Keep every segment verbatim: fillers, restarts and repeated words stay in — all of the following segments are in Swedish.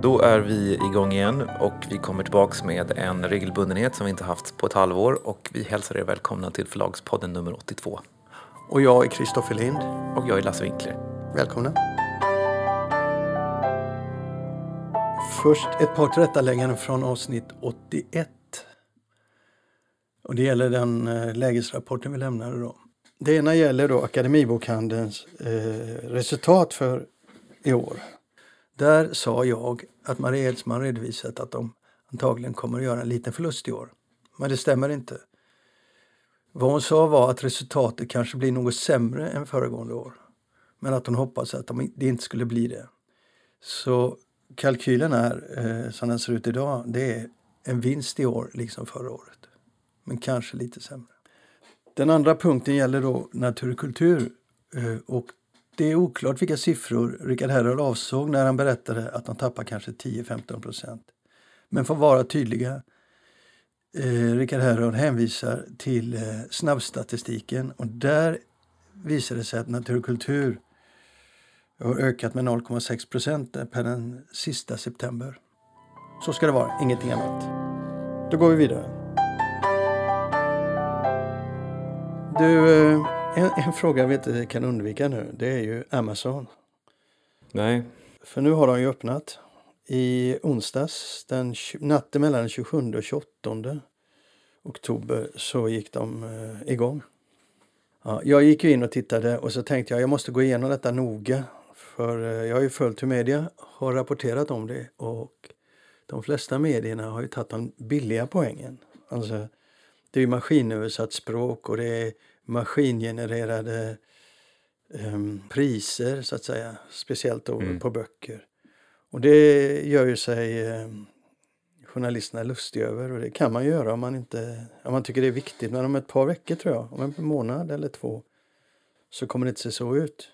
Då är vi igång igen och vi kommer tillbaka med en regelbundenhet som vi inte haft på ett halvår och vi hälsar er välkomna till Förlagspodden nummer åttiotvå. Och jag är Kristoffer Lind. Och jag är Lasse Winkler. Välkomna. Först ett par tillrättalägganden från avsnitt åttioett. Och det gäller den eh, lägesrapporten vi lämnade då. Det ena gäller då Akademibokhandelns eh, resultat för i år. Där sa jag att Maria Edsman redovisat att de antagligen kommer att göra en liten förlust i år. Men det stämmer inte. Vad hon sa var att resultatet kanske blir något sämre än föregående år. Men att hon hoppas att det inte skulle bli det. Så kalkylen är, eh, som den ser ut idag, det är en vinst i år liksom förra året. Men kanske lite sämre. Den andra punkten gäller då natur och kultur. Eh, och det är oklart vilka siffror Richard Herrod avsåg när han berättade att de tappar kanske tio till femton procent. Men för att vara tydliga, eh, Richard Herrod hänvisar till eh, snabbstatistiken och där visar det sig att natur och kultur har ökat med noll komma sex procent per den sista september. Så ska det vara, ingenting annat. Då går vi vidare. Du, en, en fråga vi inte kan undvika nu, det är ju Amazon. Nej. För nu har de ju öppnat. I onsdags, den natten mellan den tjugosjunde och tjugoåttonde oktober så gick de eh, igång. Ja, jag gick ju in och tittade och så tänkte jag jag måste gå igenom detta noga. För eh, jag har ju följt hur media har rapporterat om det och de flesta medierna har ju tagit de billiga poängen. Alltså det är ju maskinöversatt språk och det är maskingenererade um, priser så att säga. Speciellt då mm. på böcker. Och det gör ju sig um, journalisterna lustiga över. Och det kan man göra om man inte om man tycker det är viktigt. Men om ett par veckor tror jag, om en månad eller två, så kommer det inte se så ut.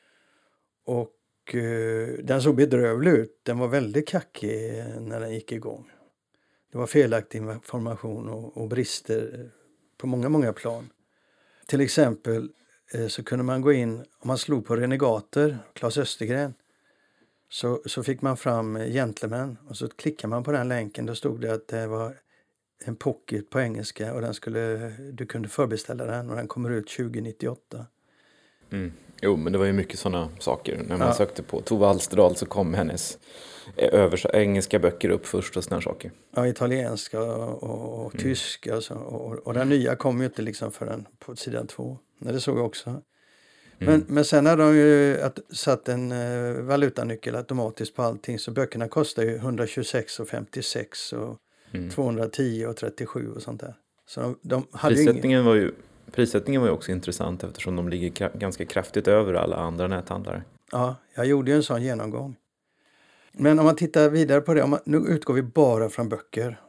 Och uh, den såg bedrövlig ut. Den var väldigt kackig när den gick igång. Det var felaktig information och, och brister på många, många plan. Till exempel eh, så kunde man gå in, om man slog på Renegater, Claes Östergren, så, så fick man fram Gentleman och så klickar man på den länken. Då stod det att det var en pocket på engelska och den skulle, du kunde förbeställa den och den kommer ut tjugo nittioåtta. Mm. Jo, men det var ju mycket sådana saker. När man ja. sökte på Tove Alsterdal så kom hennes övers- engelska böcker upp först och sådana saker. Ja, italienska och, och, och mm. tyska och, så, och, och den nya kom ju inte liksom förrän på sidan två. Nej, det såg jag också. Mm. Men, men sen har de ju att, satt en uh, valutanyckel automatiskt på allting så böckerna kostar ju etthundratjugosex och femtiosex och mm. tvåhundratio och trettiosju och sånt där. Så de, de hade Prissättningen ingen... var ju Prissättningen var ju också intressant eftersom de ligger kra- ganska kraftigt över alla andra näthandlare. Ja, jag gjorde ju en sån genomgång. Men om man tittar vidare på det, om man, nu utgår vi bara från böcker.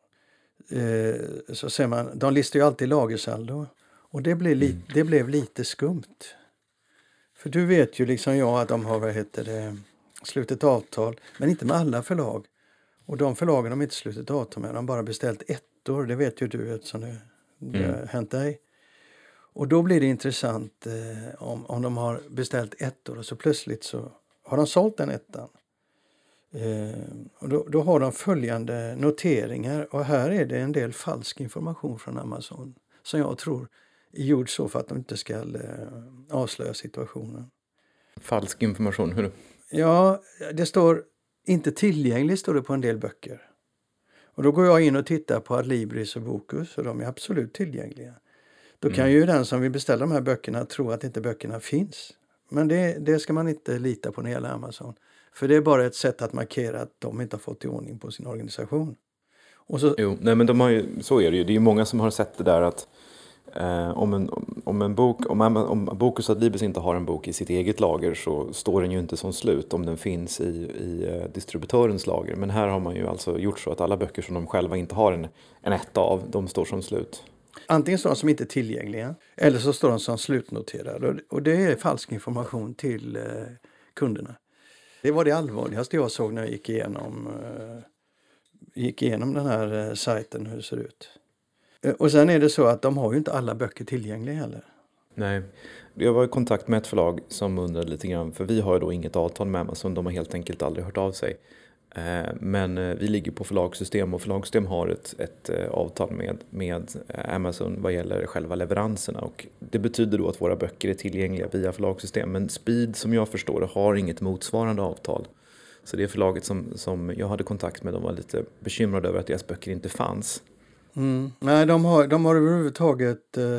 Eh, så ser man, de listar ju alltid lagersaldo. Och det blev, li, mm. det blev lite skumt. För du vet ju liksom jag att de har, vad heter det, slutit avtal, men inte med alla förlag. Och de förlagen de inte slutit avtal med, de har bara beställt ett år, det vet ju du eftersom det, det mm. har hänt dig. Och då blir det intressant eh, om, om de har beställt ett år och så plötsligt så har de sålt den ettan. Eh, och då, då har de följande noteringar och här är det en del falsk information från Amazon som jag tror är gjord så för att de inte ska eh, avslöja situationen. Falsk information, hur? Ja, det står inte tillgängligt står det på en del böcker. Och då går jag in och tittar på Adlibris och Bokus och de är absolut tillgängliga. Då kan mm. ju den som vill beställa de här böckerna tro att inte böckerna finns. Men det, det ska man inte lita på när det gäller Amazon. För det är bara ett sätt att markera att de inte har fått i ordning på sin organisation. Och så... Jo, nej men de har ju, så är det ju. Det är ju många som har sett det där att eh, om, en, om en bok, om, om Bokus Adlibris inte har en bok i sitt eget lager så står den ju inte som slut om den finns i, i distributörens lager. Men här har man ju alltså gjort så att alla böcker som de själva inte har en, en etta av, de står som slut. Antingen står de som inte är tillgängliga eller så står de som slutnoterade. Och det är falsk information till eh, kunderna. Det var det allvarligaste jag såg när jag gick igenom, eh, gick igenom den här eh, sajten hur det ser ut. Eh, och sen är det så att de har ju inte alla böcker tillgängliga heller. Nej, jag var i kontakt med ett förlag som undrade lite grann. För vi har ju då inget avtal med Amazon, de har helt enkelt aldrig hört av sig. Eh, men eh, vi ligger på förlagssystem och förlagssystem har ett, ett eh, avtal med, med Amazon vad gäller själva leveranserna. Och det betyder då att våra böcker är tillgängliga via förlagssystem. Men Speed, som jag förstår det, har inget motsvarande avtal. Så det förlaget som, som jag hade kontakt med, de var lite bekymrade över att deras böcker inte fanns. Mm. Nej, de har, de har överhuvudtaget... Eh,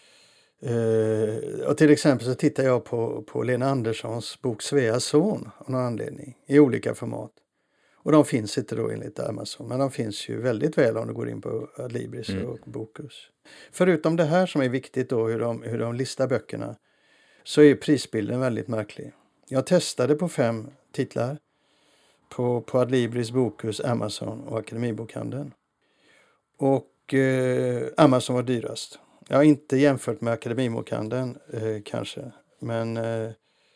eh, och till exempel så tittar jag på, på Lena Anderssons bok Sveas son av någon anledning i olika format. Och de finns inte då enligt Amazon, men de finns ju väldigt väl om du går in på Adlibris mm. och Bokus. Förutom det här som är viktigt då, hur de, hur de listar böckerna, så är prisbilden väldigt märklig. Jag testade på fem titlar på, på Adlibris, Bokus, Amazon och Akademibokhandeln. Och eh, Amazon var dyrast. Jag har inte jämfört med Akademibokhandeln eh, kanske, men eh,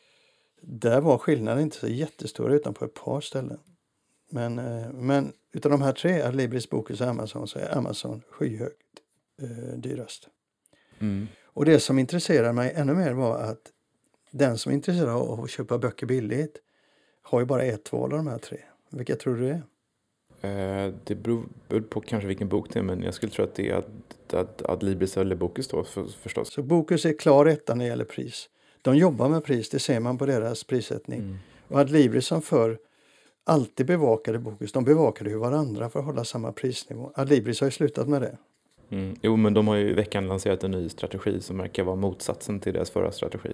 där var skillnaden inte så jättestor utan på ett par ställen. Men, eh, men utav de här tre, Adlibris, Bokus och Amazon, så är Amazon skyhögt eh, dyrast. Mm. Och det som intresserar mig ännu mer var att den som är intresserad av att köpa böcker billigt har ju bara ett val av de här tre. Vilka tror du det är? Eh, det beror, beror på kanske vilken bok det är, men jag skulle tro att det är Ad, Ad, Adlibris eller Bokus då för, förstås. Så Bokus är klar etta när det gäller pris. De jobbar med pris, det ser man på deras prissättning. Mm. Och Adlibris som förr alltid bevakade Bokus, de bevakade ju varandra för att hålla samma prisnivå. Adlibris har ju slutat med det. Mm. Jo, men de har ju i veckan lanserat en ny strategi som verkar vara motsatsen till deras förra strategi.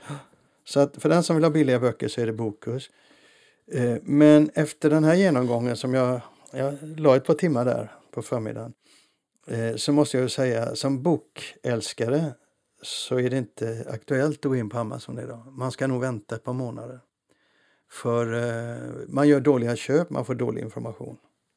Så att för den som vill ha billiga böcker så är det Bokus. Eh, men efter den här genomgången som jag, jag la ett par timmar där på förmiddagen, eh, så måste jag ju säga, som bokälskare så är det inte aktuellt att gå in på Amazon idag. Man ska nog vänta ett par månader. För eh, man gör dåliga köp, man får dålig information.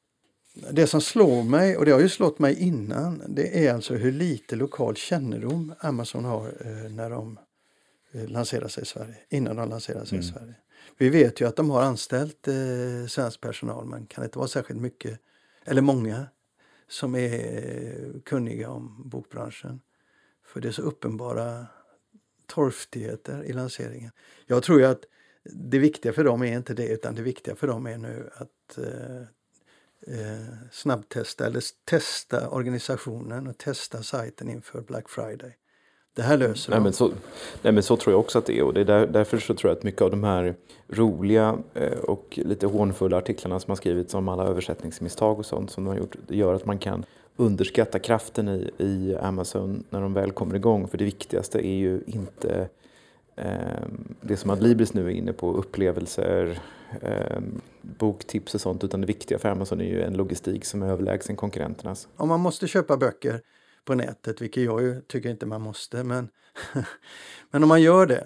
Det som slår mig, och det har ju slått mig innan, det är alltså hur lite lokal kännedom Amazon har eh, när de eh, lanserar sig i Sverige, innan de lanserar sig mm. i Sverige. Vi vet ju att de har anställt eh, svensk personal, men kan det inte vara särskilt mycket, eller många, som är eh, kunniga om bokbranschen. För det är så uppenbara torftigheter i lanseringen. Jag tror ju att det viktiga för dem är inte det, utan det viktiga för dem är nu att eh, eh, snabbtesta eller testa organisationen och testa sajten inför Black Friday. Det här löser nej, de. Men så, nej men så tror jag också att det är, och det är där, därför så tror jag att mycket av de här roliga eh, och lite hånfulla artiklarna som har skrivits om alla översättningsmisstag och sånt som de har gjort, det gör att man kan underskatta kraften i, i Amazon när de väl kommer igång. För det viktigaste är ju inte eh, det som Adlibris nu är inne på, upplevelser, eh, boktips och sånt, utan det viktiga för Amazon är ju en logistik som är överlägsen konkurrenternas. Om man måste köpa böcker på nätet, vilket jag ju tycker inte man måste, men, men om man gör det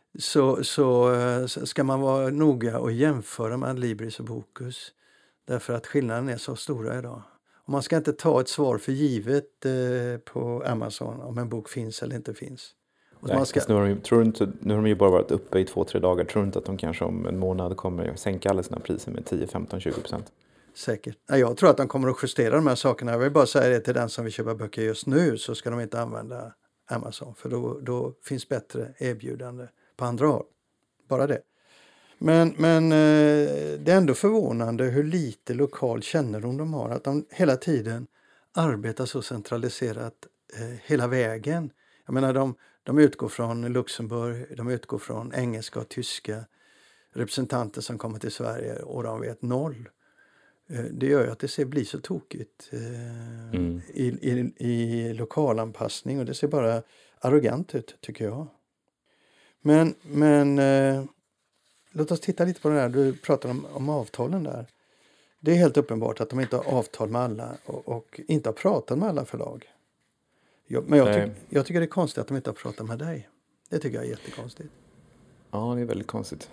så, så ska man vara noga och jämföra med Adlibris och Bokus, därför att skillnaden är så stora idag. Och man ska inte ta ett svar för givet eh, på Amazon om en bok finns eller inte finns. Och Nej, man ska... nu, har de, tror inte, nu har de ju bara varit uppe i två, tre dagar. Tror du inte att de kanske om en månad kommer sänka alla sina priser med tio, femton, tjugo procent? Säkert. Jag tror att de kommer att justera de här sakerna. Jag vill bara säga det till den som vill köpa böcker just nu, så ska de inte använda Amazon. För då, då finns bättre erbjudande på andra håll. Bara det. Men, men det är ändå förvånande hur lite lokal kännedom de har. Att de hela tiden arbetar så centraliserat hela vägen. Jag menar, de, de utgår från Luxemburg, de utgår från engelska och tyska representanter som kommer till Sverige, och de vet noll. Det gör ju att det ser bli så tokigt eh, mm. i, i, i lokalanpassning, och det ser bara arrogant ut, tycker jag. Men, men eh, låt oss titta lite på det där. Du pratar om, om avtalen där. Det är helt uppenbart att de inte har avtal med alla och, och inte har pratat med alla förlag. Jag, men jag, tyck, jag tycker det är konstigt att de inte har pratat med dig. Det tycker jag är jättekonstigt. Ja, det är väldigt konstigt.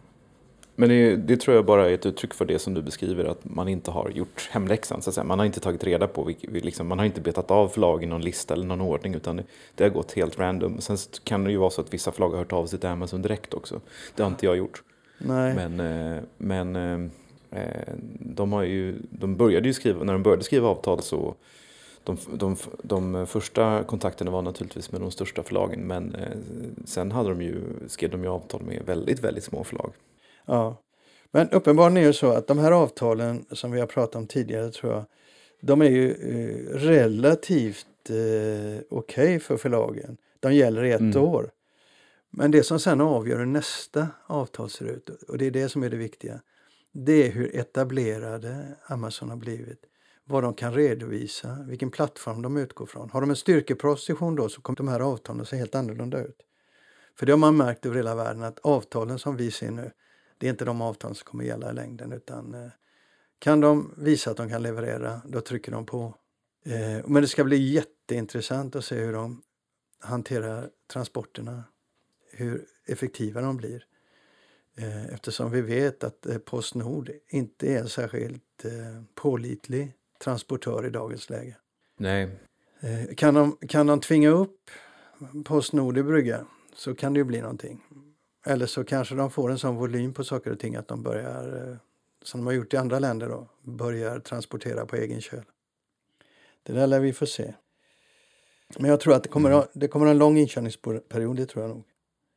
Men det, det tror jag bara är ett uttryck för det som du beskriver, att man inte har gjort hemläxan. Så att säga. Man har inte tagit reda på, liksom, man har inte betat av förlag i någon lista eller någon ordning, utan det, det har gått helt random. Sen kan det ju vara så att vissa förlag har hört av sig till Amazon direkt också. Det har inte jag gjort. Nej. Men, men eh, de, har ju, de började ju skriva, när de började skriva avtal så de, de, de första kontakterna var naturligtvis med de största förlagen, men eh, sen hade de ju, skrev de ju avtal med väldigt, väldigt små förlag. Ja, Men uppenbarligen är det så att de här avtalen som vi har pratat om tidigare, tror jag, de är ju eh, relativt eh, okej okay för förlagen. De gäller i ett mm. år. Men det som sen avgör hur nästa avtal ser ut, och det är det som är det viktiga, det är hur etablerade Amazon har blivit. Vad de kan redovisa, vilken plattform de utgår från. Har de en styrkeposition då, så kommer de här avtalen att se helt annorlunda ut. För det har man märkt över hela världen, att avtalen som vi ser nu, det är inte de avtal som kommer gälla i längden, utan eh, kan de visa att de kan leverera, då trycker de på. Eh, men det ska bli jätteintressant att se hur de hanterar transporterna, hur effektiva de blir. Eh, eftersom vi vet att eh, PostNord inte är en särskilt eh, pålitlig transportör i dagens läge. Nej. Eh, kan, de, kan de tvinga upp PostNord i brygga, så kan det ju bli någonting. Eller så kanske de får en sån volym på saker och ting att de börjar, som de har gjort i andra länder då, börjar transportera på egen köl. Det där lär vi få se. Men jag tror att det kommer, mm. det kommer en lång inkörningsperiod, det tror jag nog.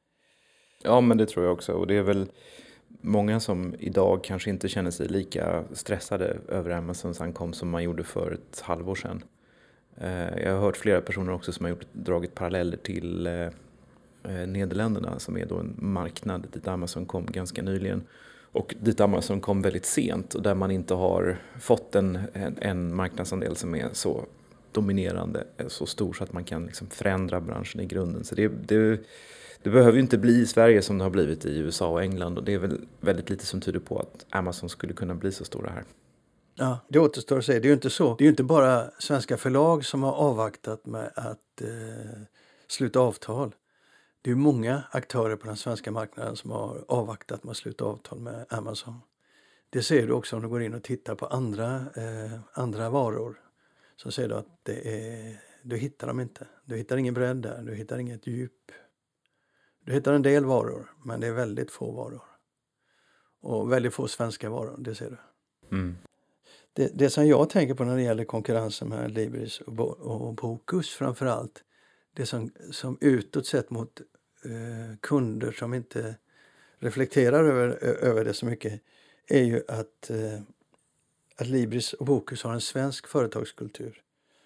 Ja, men det tror jag också. Och det är väl många som idag kanske inte känner sig lika stressade över Amazons ankomst som man gjorde för ett halvår sedan. Jag har hört flera personer också som har gjort, dragit paralleller till Nederländerna, som är då en marknad dit Amazon kom ganska nyligen. Och dit Amazon kom väldigt sent, och där man inte har fått en, en, en marknadsandel som är så dominerande, så stor så att man kan liksom förändra branschen i grunden. Så det, det, det behöver ju inte bli i Sverige som det har blivit i U S A och England, och det är väl väldigt lite som tyder på att Amazon skulle kunna bli så stora här. Ja, det återstår att säga. Det är ju inte så. Det är ju inte bara svenska förlag som har avvaktat med att eh, sluta avtal. Det är många aktörer på den svenska marknaden som har avvaktat med att sluta avtal med Amazon. Det ser du också om du går in och tittar på andra, eh, andra varor. Så ser du att det är, du hittar dem inte. Du hittar ingen bredd där, du hittar inget djup. Du hittar en del varor, men det är väldigt få varor. Och väldigt få svenska varor, det ser du. Mm. Det, det som jag tänker på när det gäller konkurrensen med Libris och, Bo, och Bokus framförallt, det som, som utåt sett mot eh, kunder som inte reflekterar över, över det så mycket, är ju att, eh, att Libris och Bokus har en svensk företagskultur.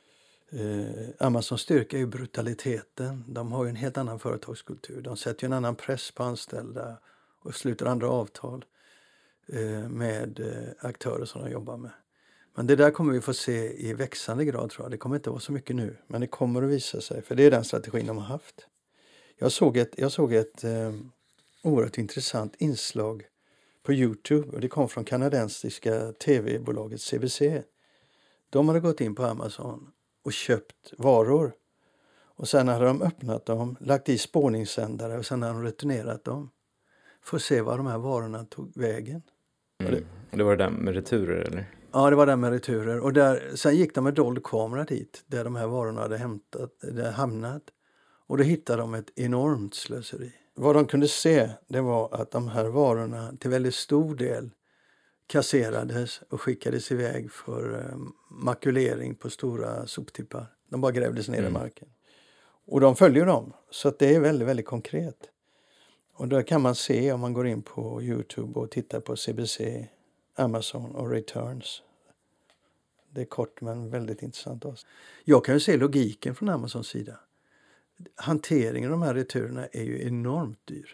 Eh, Amazons styrka är ju brutaliteten. De har ju en helt annan företagskultur. De sätter ju en annan press på anställda och sluter andra avtal eh, med eh, aktörer som de jobbar med. Men det där kommer vi få se i växande grad, tror jag. Det kommer inte vara så mycket nu, men det kommer att visa sig. För det är den strategin de har haft. Jag såg ett, jag såg ett eh, oerhört intressant inslag på YouTube. Och det kom från kanadensiska tv-bolaget C B C. De hade gått in på Amazon och köpt varor. Och sen hade de öppnat dem, lagt i spårningssändare och sen hade de returnerat dem. För att se var de här varorna tog vägen. Mm. Det, det var det där med returer, eller? Ja, det var det med returer. Och där, sen gick de med dold kamera dit, där de här varorna hade hämtat, där hamnat. Och då hittade de ett enormt slöseri. Vad de kunde se, det var att de här varorna till väldigt stor del kasserades och skickades iväg för eh, makulering på stora soptippar. De bara grävdes ner mm. i marken. Och de följer dem, så att det är väldigt, väldigt konkret. Och där kan man se, om man går in på YouTube och tittar på C B C, Amazon och Returns. Det är kort men väldigt intressant också. Jag kan ju se logiken från Amazons sida. Hanteringen av de här returerna är ju enormt dyr.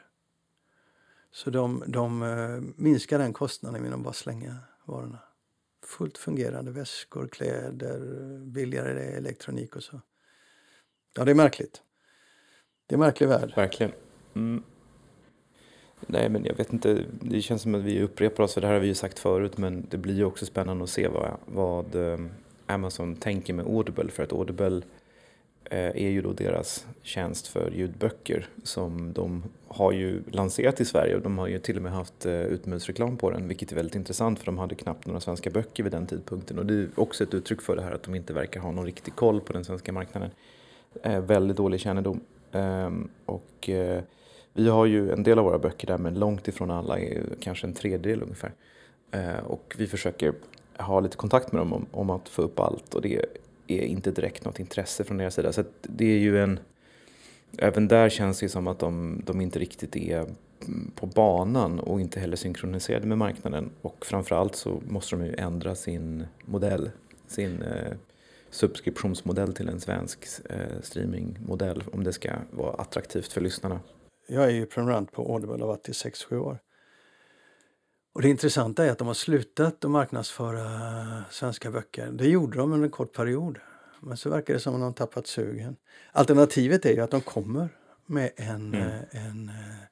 Så de, de uh, minskar den kostnaden med att bara slänga varorna. Fullt fungerande väskor, kläder, billigare elektronik och så. Ja, det är märkligt. Det är märklig värld. Verkligen. Mm. Nej, men jag vet inte, det känns som att vi upprepar oss, för det här har vi ju sagt förut, men det blir ju också spännande att se vad, vad um, Amazon tänker med Audible, för att Audible eh, är ju då deras tjänst för ljudböcker som de har ju lanserat i Sverige, och de har ju till och med haft eh, utbudsreklam på den, vilket är väldigt intressant, för de hade knappt några svenska böcker vid den tidpunkten, och det är också ett uttryck för det här att de inte verkar ha någon riktig koll på den svenska marknaden. Eh, väldigt dålig kännedom. Eh, och eh, Vi har ju en del av våra böcker där, men långt ifrån alla, är kanske en tredjedel ungefär. Eh, och vi försöker ha lite kontakt med dem om, om att få upp allt, och det är inte direkt något intresse från deras sida. Så att det är ju en, även där känns det som att de, de inte riktigt är på banan och inte heller synkroniserade med marknaden. Och framförallt så måste de ju ändra sin modell, sin eh, subskriptionsmodell till en svensk eh, streamingmodell om det ska vara attraktivt för lyssnarna. Jag är ju prenumerant på Audible och har varit i sex sju år. Och det intressanta är att de har slutat att marknadsföra svenska böcker. Det gjorde de under en kort period. Men så verkar det som att de har tappat sugen. Alternativet är ju att de kommer med en, mm. en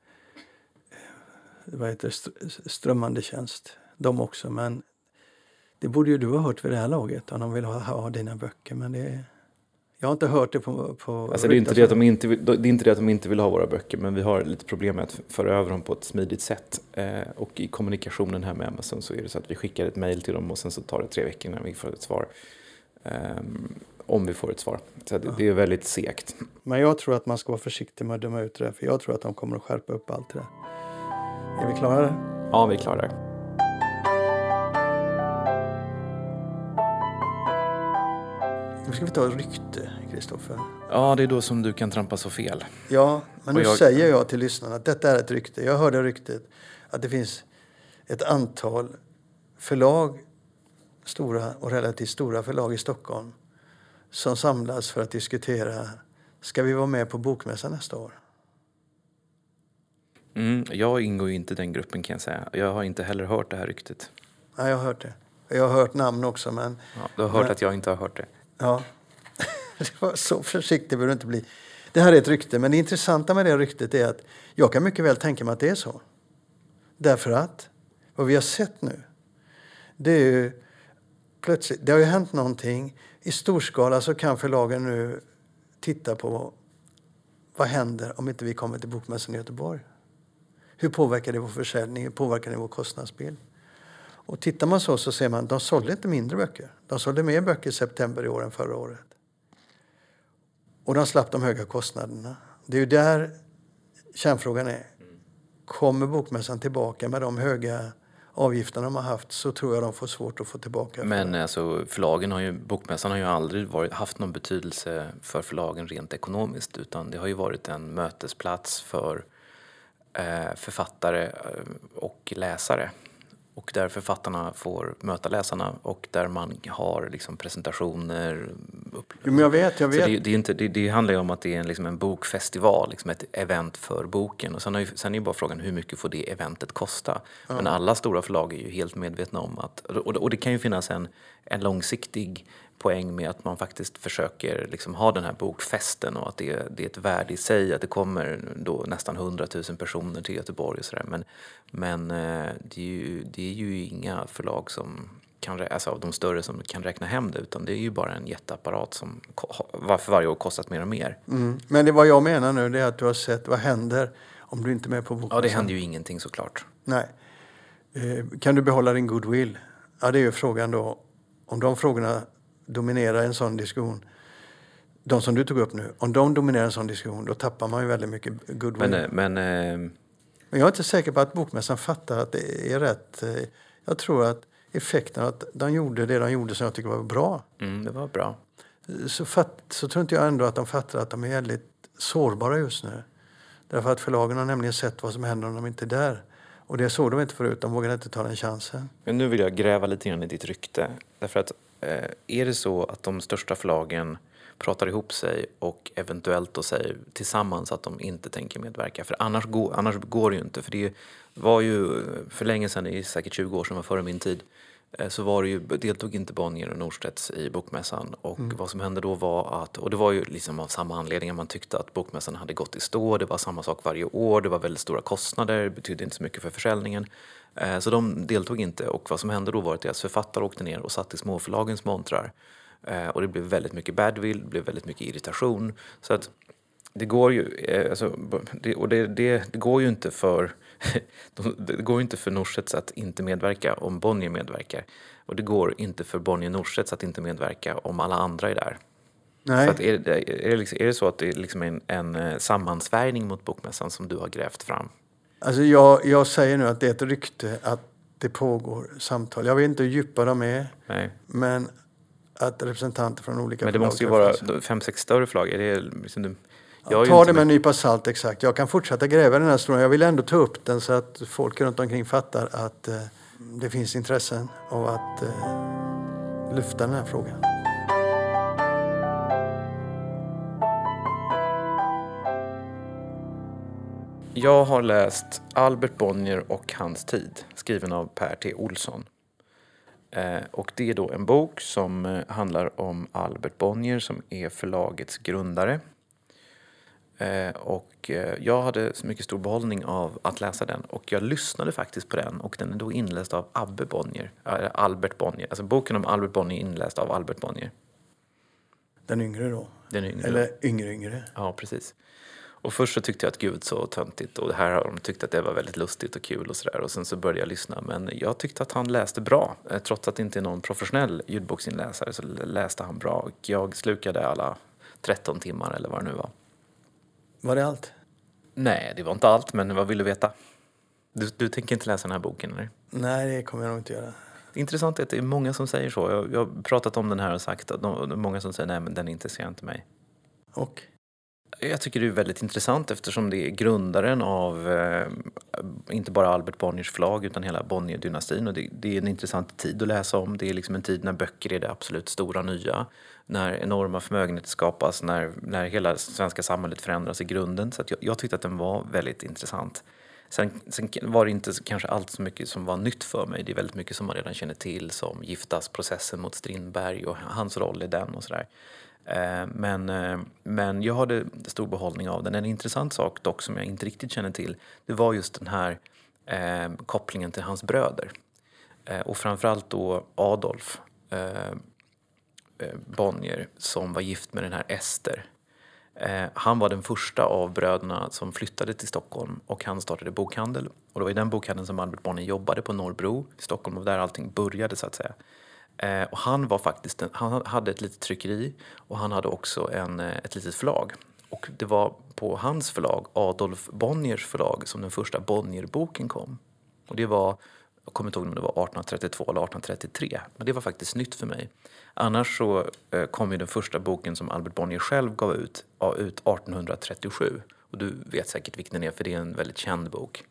vad heter det, strömmande tjänst. De också, men det borde ju du ha hört vid det här laget om de vill ha, ha dina böcker. Men det, jag har inte hört det på... på alltså det, är inte det, att de inte vill, det är inte det att de inte vill ha våra böcker, men vi har lite problem med att föra över dem på ett smidigt sätt. Eh, och i kommunikationen här med Amazon så är det så att vi skickar ett mejl till dem och sen så tar det tre veckor när vi får ett svar. Eh, om vi får ett svar. Så det, det är väldigt segt. Men jag tror att man ska vara försiktig med att döma ut det, för jag tror att de kommer att skärpa upp allt det där. Är vi klara där? Ja, vi är klara där. Nu ska vi ta ett rykte, Kristoffer. Ja, det är då som du kan trampa så fel. Ja, men nu jag... säger jag till lyssnarna att detta är ett rykte. Jag hörde ryktet att det finns ett antal förlag, stora och relativt stora förlag i Stockholm, som samlas för att diskutera, ska vi vara med på bokmässan nästa år? Mm, jag ingår ju inte i den gruppen, kan jag säga. Jag har inte heller hört det här ryktet. Nej, jag har hört det. Jag har hört namn också, men... Ja, du har hört men, att jag inte har hört det. Ja, det var så försiktig behöver du inte bli. Det här är ett rykte, men det intressanta med det ryktet är att jag kan mycket väl tänka mig att det är så. Därför att vad vi har sett nu, det är ju plötsligt, det har ju hänt någonting. I storskala så kan förlagen nu titta på vad händer om inte vi kommer till bokmässan i Göteborg. Hur påverkar det vår försäljning? Hur påverkar det vår kostnadsbild? Och tittar man så så ser man att de sålde inte mindre böcker. De sålde mer böcker i september i år än förra året. Och de slapp de höga kostnaderna. Det är ju där kärnfrågan är. Kommer bokmässan tillbaka med de höga avgifterna de har haft, så tror jag de får svårt att få tillbaka. Men alltså, förlagen har ju, bokmässan har ju aldrig varit, haft någon betydelse för förlagen rent ekonomiskt, utan det har ju varit en mötesplats för eh, författare och läsare. Och där författarna får möta läsarna och där man har liksom presentationer. Jo, men jag vet, jag vet. Så det, det, är inte, det, det handlar ju om att det är en, liksom en bokfestival, liksom ett event för boken. Och sen, har ju, sen är ju bara frågan hur mycket får det eventet kosta. Ja. Men alla stora förlag är ju helt medvetna om att, och, och det kan ju finnas en, en långsiktig poäng med att man faktiskt försöker liksom ha den här bokfesten och att det, det är ett värde i sig att det kommer då nästan hundratusen personer till Göteborg och sådär. Men, men det, är ju, det är ju inga förlag som kan, alltså av de större som kan räkna hem det, utan det är ju bara en jätteapparat som för varje år kostat mer och mer. Mm. Men det vad jag menar nu, det är att du har sett vad händer om du inte är med på bokmässan. Ja, det händer ju ingenting såklart. Nej. Kan du behålla din goodwill? Ja, det är ju frågan då. Om de frågorna dominerar en sån diskussion, de som du tog upp nu, om de dominerar en sån diskussion, då tappar man ju väldigt mycket goodwill. Men, men, eh... men jag är inte säker på att bokmässan fattar att det är rätt. Jag tror att effekten att de gjorde det de gjorde som jag tycker var bra. Mm, det var bra. Så, fatt, så tror inte jag ändå att de fattar att de är väldigt sårbara just nu. Därför att förlagen har nämligen sett vad som händer om de inte är där. Och det såg de inte förut, de vågade inte ta den chansen. Men nu vill jag gräva lite grann i ditt rykte. Därför att eh, är det så att de största förlagen pratar ihop sig och eventuellt då säger tillsammans att de inte tänker medverka? För annars, go- annars går det ju inte. För det var ju för länge sedan, det är säkert tjugo år sedan var före min tid, eh, så var det ju, deltog inte Bonnier och Norstedts i bokmässan. Och mm. vad som hände då var att, och det var ju liksom av samma anledning, man tyckte att bokmässan hade gått i stå, det var samma sak varje år, det var väldigt stora kostnader, det betydde inte så mycket för försäljningen. Så de deltog inte, och vad som hände då var att deras författare åkte ner och satt i småförlagens montrar. Och det blev väldigt mycket badwill, det blev väldigt mycket irritation. Så att det går ju, alltså, det, och det, det, det går ju inte för det går inte för Norstedts att inte medverka om Bonnier medverkar. Och det går inte för Bonnier Norstedts att inte medverka om alla andra är där. Nej. Så att är, det, är, det liksom, är det så att det är liksom en, en sammansvärjning mot bokmässan som du har grävt fram? Alltså jag, jag säger nu att det är ett rykte att det pågår samtal. Jag vet inte hur djupa de är. Nej. Men att representanter från olika Men det måste ju vara fem, sex större förlag. Är det liksom, Ja, ta det med en nypa salt, exakt. Jag kan fortsätta gräva den här historien. Jag vill ändå ta upp den så att folk runt omkring fattar att eh, det finns intressen av att eh, lyfta den här frågan. Jag har läst Albert Bonnier och hans tid, skriven av Per T. Olsson. Eh, och det är då en bok som eh, handlar om Albert Bonnier som är förlagets grundare. Eh, och eh, jag hade så mycket stor behållning av att läsa den. Och jag lyssnade faktiskt på den och den är då inläst av Abbe Bonnier, äh, Albert Bonnier. Alltså boken om Albert Bonnier är inläst av Albert Bonnier. Den yngre då? Den yngre. Eller yngre yngre? Ja, precis. Och först så tyckte jag att gud så töntigt och det här har de tyckt att det var väldigt lustigt och kul och sådär. Och sen så började jag lyssna, men jag tyckte att han läste bra. Trots att det inte är någon professionell ljudboksinläsare så läste han bra. Och jag slukade alla tretton timmar eller vad det nu var. Var det allt? Nej, det var inte allt, men vad vill du veta? Du, du tänker inte läsa den här boken, eller? Nej, det kommer jag nog inte göra. Intressant är att det är många som säger så. Jag, jag har pratat om den här och sagt att de, många som säger nej, men den intresserar inte mig. Och? Jag tycker det är väldigt intressant eftersom det är grundaren av eh, inte bara Albert Bonniers förlag utan hela Bonnier-dynastin. Och det, det är en intressant tid att läsa om. Det är liksom en tid när böcker är det absolut stora nya. När enorma förmögenheter skapas, när, när hela svenska samhället förändras i grunden. Så att jag, jag tyckte att den var väldigt intressant. Sen, sen var det inte kanske allt så mycket som var nytt för mig. Det är väldigt mycket som man redan känner till som giftasprocessen mot Strindberg och hans roll i den och sådär. Men, men jag hade stor behållning av den. En intressant sak dock som jag inte riktigt känner till, det var just den här eh, kopplingen till hans bröder. Eh, och framförallt då Adolf eh, Bonnier som var gift med den här Ester. Eh, han var den första av bröderna som flyttade till Stockholm och han startade bokhandel. Och det var i den bokhandeln som Albert Bonnier jobbade på Norrbro i Stockholm och där allting började så att säga. Eh, och han var faktiskt en, han hade ett litet tryckeri och han hade också en, ett litet förlag. Och det var på hans förlag, Adolf Bonniers förlag, som den första Bonnier-boken kom. Och det var, jag kommer inte ihåg om det var arton trettiotvå eller arton trettiotre, men det var faktiskt nytt för mig. Annars så eh, kom ju den första boken som Albert Bonnier själv gav ut, ut arton trettiosju. Och du vet säkert vilken den är för det är en väldigt känd bok.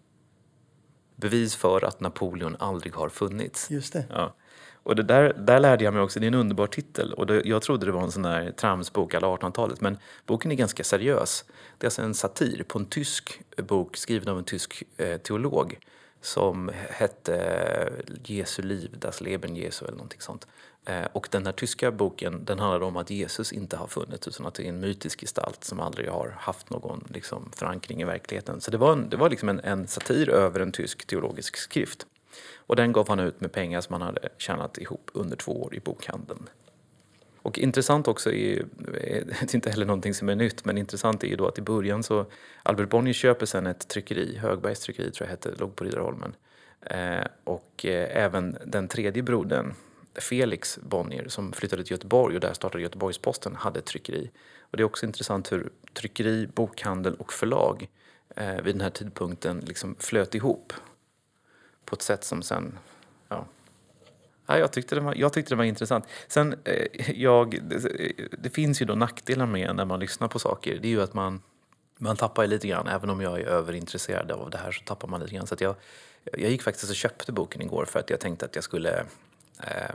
Bevis för att Napoleon aldrig har funnits. Just det. Ja. Och det där, där lärde jag mig också, det är en underbar titel och det, jag trodde det var en sån där tramsbok alla artonhundratalet, men boken är ganska seriös. Det är alltså en satir på en tysk bok skriven av en tysk eh, teolog som hette Jesu liv, Das Leben Jesu eller någonting sånt. Eh, och den här tyska boken, den handlar om att Jesus inte har funnits utan att det är en mytisk gestalt som aldrig har haft någon liksom, förankring i verkligheten. Så det var, en, det var liksom en, en satir över en tysk teologisk skrift. Och den gav han ut med pengar som han hade tjänat ihop under två år i bokhandeln. Och intressant också är, det är inte heller någonting som är nytt, men intressant är ju då att i början så Albert Bonnier köper sen ett tryckeri, Högbergs tryckeri tror jag hette, låg på Riddarholmen. Eh, och eh, även den tredje brodern, Felix Bonnier, som flyttade till Göteborg och där startade Göteborgs-Posten, hade ett tryckeri. Och det är också intressant hur tryckeri, bokhandel och förlag eh, vid den här tidpunkten liksom flöt ihop. På ett sätt som sen, ja. ja jag, tyckte det var, jag tyckte det var intressant. Sen, eh, jag, det, det finns ju då nackdelar med när man lyssnar på saker. Det är ju att man, man tappar lite grann. Även om jag är överintresserad av det här så tappar man lite grann. Så att jag, jag gick faktiskt och köpte boken igår för att jag tänkte att jag skulle... Eh,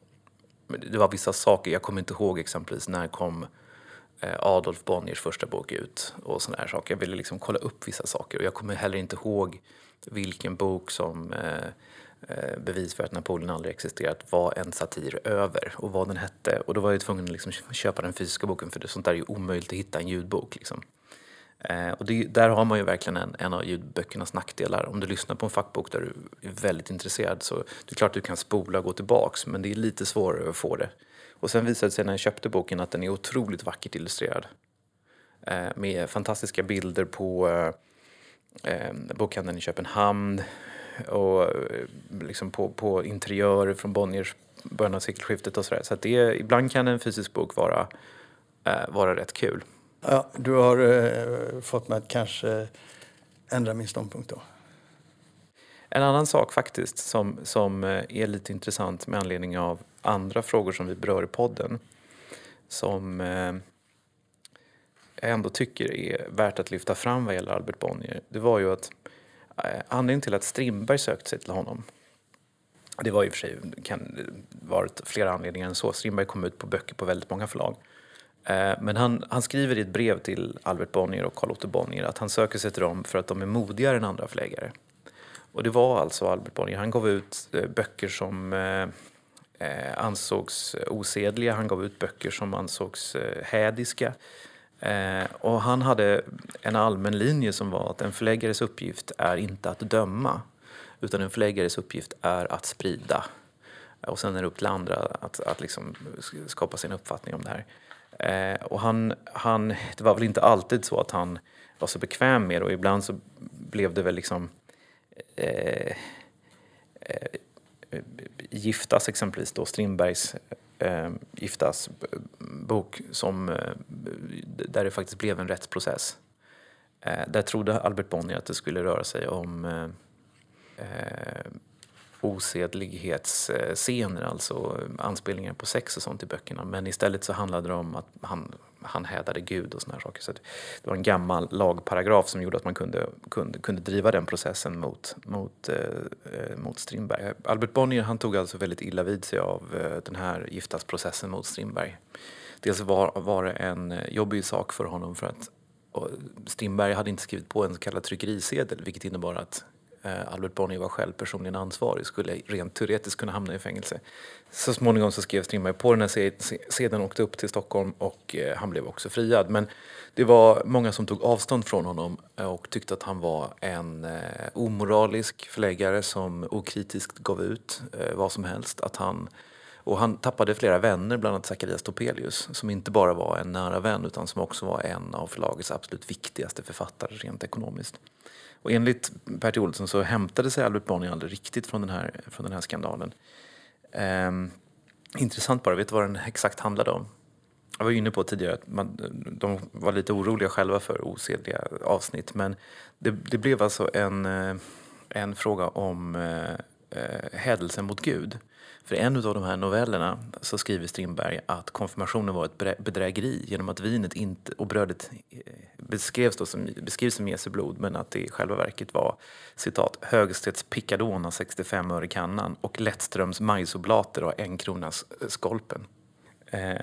det var vissa saker, jag kommer inte ihåg exempelvis när kom eh, Adolf Bonniers första bok ut och sådana här saker. Jag ville liksom kolla upp vissa saker och jag kommer heller inte ihåg vilken bok som eh, bevis för att Napoleon aldrig existerat var en satir över och vad den hette. Och då var jag tvungen att liksom köpa den fysiska boken för det, sånt där är ju omöjligt att hitta en ljudbok. Liksom. Eh, och det, där har man ju verkligen en, en av ljudböckernas nackdelar. Om du lyssnar på en fackbok där du är väldigt intresserad så det är klart att du kan spola och gå tillbaks men det är lite svårare att få det. Och sen visade det sig när jag köpte boken att den är otroligt vackert illustrerad. Eh, med fantastiska bilder på... Eh, Eh, bokhandeln i Köpenhamn och eh, liksom på, på interiörer från Bonniers början av sekelskiftet och sådär. Så att det är, ibland kan en fysisk bok vara, eh, vara rätt kul. Ja, du har eh, fått mig att kanske ändra min ståndpunkt då. En annan sak faktiskt som, som är lite intressant med anledning av andra frågor som vi berör i podden som... Eh, jag ändå tycker är värt att lyfta fram vad gäller Albert Bonnier, det var ju att eh, anledningen till att Strindberg sökte sig till honom, det var i och för sig, kan varit flera anledningar än så. Strindberg kom ut på böcker på väldigt många förlag. Eh, men han, han skriver i ett brev till Albert Bonnier och Carl Otto Bonnier att han söker sig till dem för att de är modigare än andra förläggare. Och det var alltså Albert Bonnier. Han gav ut eh, böcker som eh, eh, ansågs osedliga. Han gav ut böcker som ansågs eh, hädiska. Eh, och han hade en allmän linje som var att en förläggares uppgift är inte att döma, utan en förläggares uppgift är att sprida. Och sen är det upp till andra att, att liksom skapa sin uppfattning om det här. Eh, och han, han, det var väl inte alltid så att han var så bekväm med det, och ibland så blev det väl liksom eh, eh, Giftas exempelvis då, Strindbergs eh, Giftas bok som, eh, där det faktiskt blev en rättsprocess. Eh, där trodde Albert Bonnier att det skulle röra sig om eh, eh, osedlighetsscener, alltså anspelningar på sex och sånt i böckerna. Men istället så handlade det om att han, han hädade Gud och såna här saker. Så det var en gammal lagparagraf som gjorde att man kunde, kunde, kunde driva den processen mot, mot, eh, mot Strindberg. Albert Bonnier, han tog alltså väldigt illa vid sig av eh, den här giftasprocessen mot Strindberg. Dels var, var det en jobbig sak för honom för att Strindberg hade inte skrivit på en så kallad tryckerisedel, vilket innebar att Albert Bonnier var själv personligen ansvarig, skulle rent teoretiskt kunna hamna i fängelse. Så småningom så skrev Strindberg på den här sedeln, åkte upp till Stockholm och han blev också friad. Men det var många som tog avstånd från honom och tyckte att han var en omoralisk förläggare som okritiskt gav ut vad som helst. Att han, och han tappade flera vänner, bland annat Zacharias Topelius, som inte bara var en nära vän utan som också var en av förlagets absolut viktigaste författare rent ekonomiskt. Och enligt Bertil Olsson så hämtade sig Albert Bonnier aldrig riktigt från den här, från den här skandalen. Ehm, intressant bara, vet du vad den exakt handlade om? Jag var inne på tidigare att man, de var lite oroliga själva för osedliga avsnitt. Men det, det blev alltså en, en fråga om eh, hädelsen mot Gud. För en av de här novellerna så skriver Strindberg att konfirmationen var ett bedrägeri genom att vinet inte, och brödet beskrevs då som, beskrivs som Jesu blod, men att det i själva verket var citat Högstedts Picadona sextiofem öre kannan och Lättströms majsoblater och en kronas skolpen. Eh,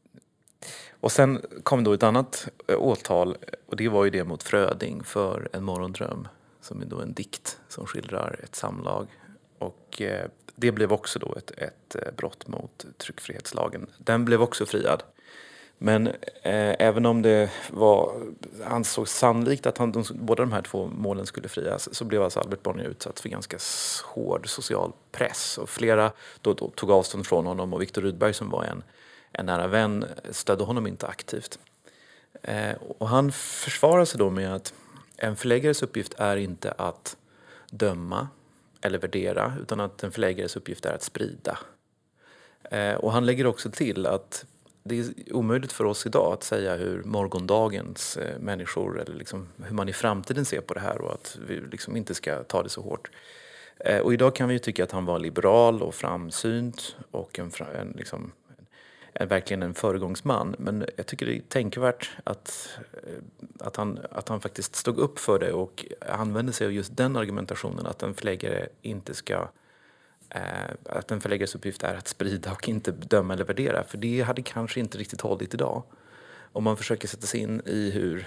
och sen kom då ett annat åtal, och det var ju det mot Fröding för En morgondröm, som är då en dikt som skildrar ett samlag. Och eh, det blev också då ett, ett brott mot tryckfrihetslagen. Den blev också friad. Men eh, även om det var ansågs sannolikt att han, de, båda de här två målen skulle frias, så blev alltså Albert Bonnier utsatt för ganska hård social press. Och flera då, då tog avstånd från honom, och Viktor Rydberg som var en, en nära vän stödde honom inte aktivt. Eh, och han försvarar sig då med att en förläggares uppgift är inte att döma eller värdera, utan att en förläggares uppgift är att sprida. Eh, och han lägger också till att det är omöjligt för oss idag att säga hur morgondagens eh, människor, eller liksom hur man i framtiden ser på det här, och att vi liksom inte ska ta det så hårt. Eh, och idag kan vi ju tycka att han var liberal och framsynt och en, en, liksom, en, verkligen en föregångsman. Men jag tycker det är tänkvärt att, att, han, att han faktiskt stod upp för det och använde sig av just den argumentationen, att en förläggare inte ska eh, att en förläggares uppgift är att sprida och inte döma eller värdera. För det hade kanske inte riktigt hållit idag. Om man försöker sätta sig in i hur,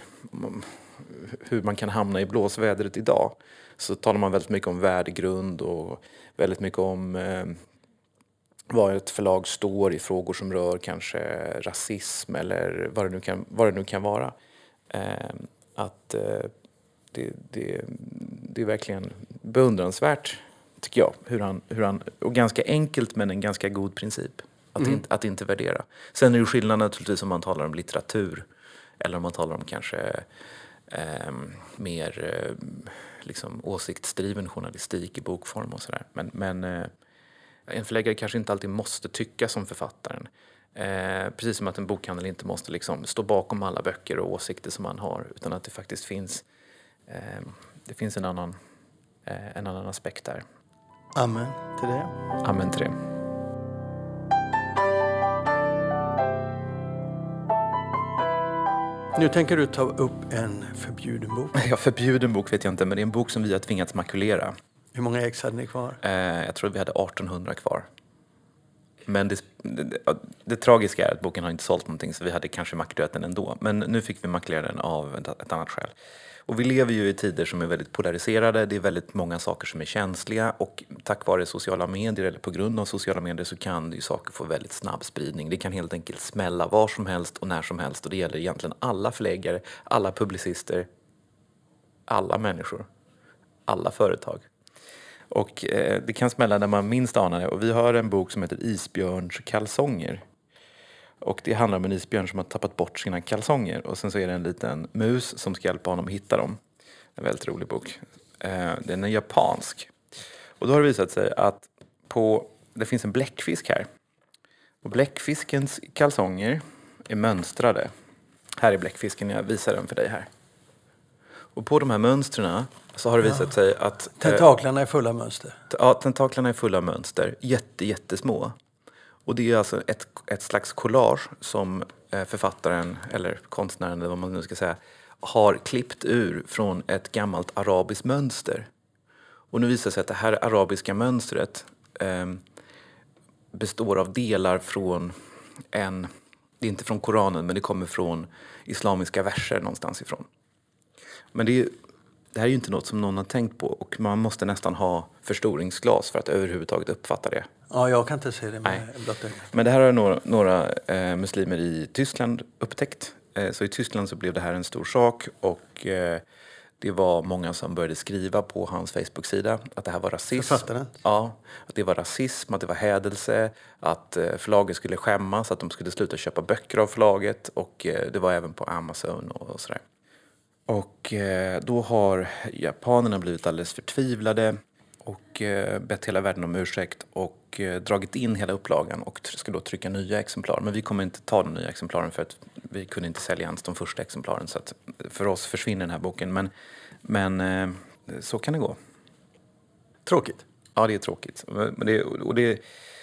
hur man kan hamna i blåsvädret idag, så talar man väldigt mycket om värdegrund och väldigt mycket om eh, vad ett förlag står i frågor som rör kanske rasism eller vad det nu kan, vad det nu kan vara. Eh, att eh, det, det, det är verkligen beundransvärt, tycker jag, hur han, hur han, och ganska enkelt men en ganska god princip att, mm. inte, att inte värdera. Sen är det skillnad naturligtvis om man talar om litteratur eller om man talar om kanske eh, mer eh, liksom åsiktsdriven journalistik i bokform och sådär. Men, men eh, en förläggare kanske inte alltid måste tycka som författaren. Eh, precis som att en bokhandel inte måste liksom stå bakom alla böcker och åsikter som man har, utan att det faktiskt finns, eh, det finns en, annan, eh, en annan aspekt där. Amen till det. Amen till det. Nu tänker du ta upp en förbjuden bok. Ja, förbjuden bok vet jag inte, men det är en bok som vi har tvingats makulera. Hur många ex hade ni kvar? Eh, jag tror vi hade artonhundra kvar. Men det, det, det, det tragiska är att boken har inte sålt någonting, så vi hade kanske makulerat den ändå. Men nu fick vi makulera den av ett, ett annat skäl. Och vi lever ju i tider som är väldigt polariserade. Det är väldigt många saker som är känsliga. Och tack vare sociala medier, eller på grund av sociala medier, så kan ju saker få väldigt snabb spridning. Det kan helt enkelt smälla var som helst och när som helst. Och det gäller egentligen alla förläggare, alla publicister, alla människor, alla företag. Och eh, det kan smälla när man minst anar det. Och vi har en bok som heter Isbjörns kalsonger. Och det handlar om en isbjörn som har tappat bort sina kalsonger. Och sen så är det en liten mus som ska hjälpa honom att hitta dem. En väldigt rolig bok. Eh, den är japansk. Och då har det visat sig att på, det finns en bläckfisk här. Och bläckfiskens kalsonger är mönstrade. Här är bläckfisken, jag visar den för dig här. Och på de här mönstren så har det visat ja. sig att... Tentaklarna är fulla mönster. Ja, tentaklarna är fulla mönster. Jätte, jättesmå. Och det är alltså ett, ett slags collage som författaren, eller konstnären, eller vad man nu ska säga, har klippt ur från ett gammalt arabiskt mönster. Och nu visar det sig att det här arabiska mönstret eh, består av delar från en... Det är inte från Koranen, men det kommer från islamiska verser någonstans ifrån. Men det, är, det här är ju inte något som någon har tänkt på, och man måste nästan ha förstoringsglas för att överhuvudtaget uppfatta det. Ja, jag kan inte se det med blott öga. Men det här har några, några eh, muslimer i Tyskland upptäckt. Eh, så i Tyskland så blev det här en stor sak, och eh, det var många som började skriva på hans Facebook-sida att det här var rasism. Författaren? Ja, att det var rasism, att det var hädelse, att eh, förlaget skulle skämmas, att de skulle sluta köpa böcker av förlaget, och eh, det var även på Amazon och, och sådär. Och eh, då har japanerna blivit alldeles förtvivlade och eh, bett hela världen om ursäkt och eh, dragit in hela upplagan och ska då trycka nya exemplar. Men vi kommer inte ta de nya exemplaren för att vi kunde inte sälja ens de första exemplaren. Så att för oss försvinner den här boken. Men, men eh, så kan det gå. Tråkigt. Ja, det är tråkigt. Men det, och det,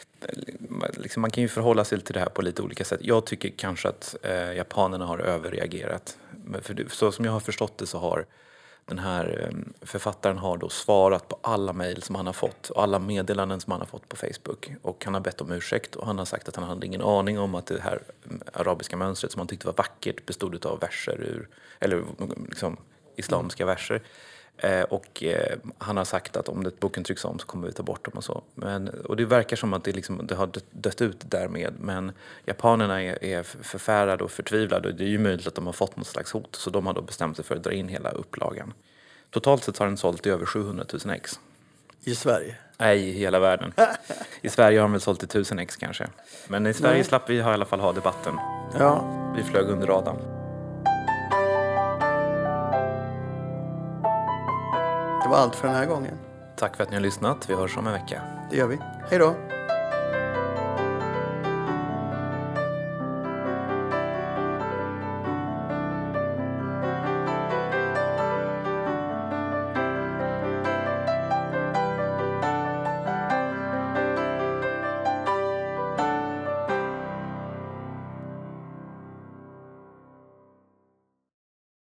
liksom, man kan ju förhålla sig till det här på lite olika sätt. Jag tycker kanske att eh, japanerna har överreagerat. Men för, så som jag har förstått det så har den här författaren har då svarat på alla mejl som han har fått och alla meddelanden som han har fått på Facebook. Och han har bett om ursäkt, och han har sagt att han hade ingen aning om att det här arabiska mönstret som han tyckte var vackert bestod av verser ur, eller liksom islamiska mm. verser. Eh, och eh, han har sagt att om det, boken trycks om så kommer vi ta bort dem och så. Men, och det verkar som att det, liksom, det har dött, dött ut därmed. Men japanerna är, är förfärade och förtvivlade, och det är ju möjligt att de har fått något slags hot. Så de har då bestämt sig för att dra in hela upplagan. Totalt sett har den sålt i över sjuhundratusen ex. I Sverige? Nej, i hela världen. I Sverige har de väl sålt i tusen ex kanske. Men i Sverige Nej. slapp vi ha, i alla fall ha debatten. Ja. Vi flög under radarn. Det var allt för den här gången. Tack för att ni har lyssnat. Vi hörs om en vecka. Det gör vi. Hej då.